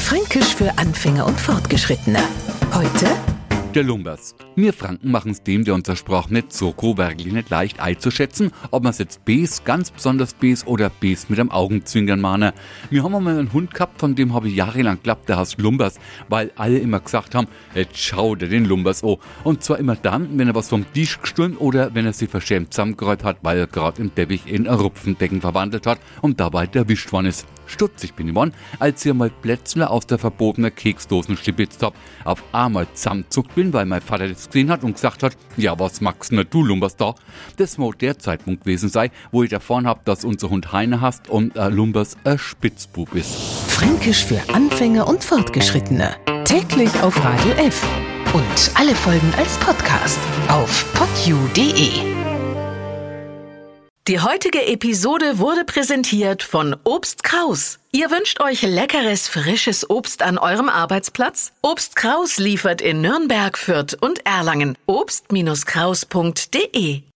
Fränkisch für Anfänger und Fortgeschrittene. Heute der Lumbers. Wir Franken machen's dem, der unser Sprach nicht so wirklich nicht leicht einzuschätzen, ob man's jetzt Bes, ganz besonders Bes oder Bes mit einem Augenzwinkern mahne. Wir haben einmal einen Hund gehabt, von dem habe ich jahrelang geglaubt, der heißt Lumbers, weil alle immer gesagt haben, jetzt schau dir den Lumbers an. Und zwar immer dann, wenn er was vom Tisch gestohlen oder wenn er sich verschämt zusammengeräut hat, weil er gerade im Teppich in ein Rupfendecken verwandelt hat und dabei erwischt worden ist. Stutzig bin ich geworden, als ich einmal plötzlich aus der verbotenen Keksdosen stibitzt hab. Auf einmal zusammenzuckt bin, weil mein Vater das gesehen hat und gesagt hat, ja, was magst denn du, Lumbers, da? Das muss der Zeitpunkt gewesen sein, wo ich erfahren hab, dass unser Hund Heine hasst und Lumbers ein Spitzbub ist. Fränkisch für Anfänger und Fortgeschrittene. Täglich auf Radio F. Und alle Folgen als Podcast auf podu.de. Die heutige Episode wurde präsentiert von Obst Kraus. Ihr wünscht euch leckeres, frisches Obst an eurem Arbeitsplatz? Obst Kraus liefert in Nürnberg, Fürth und Erlangen. Obst-Kraus.de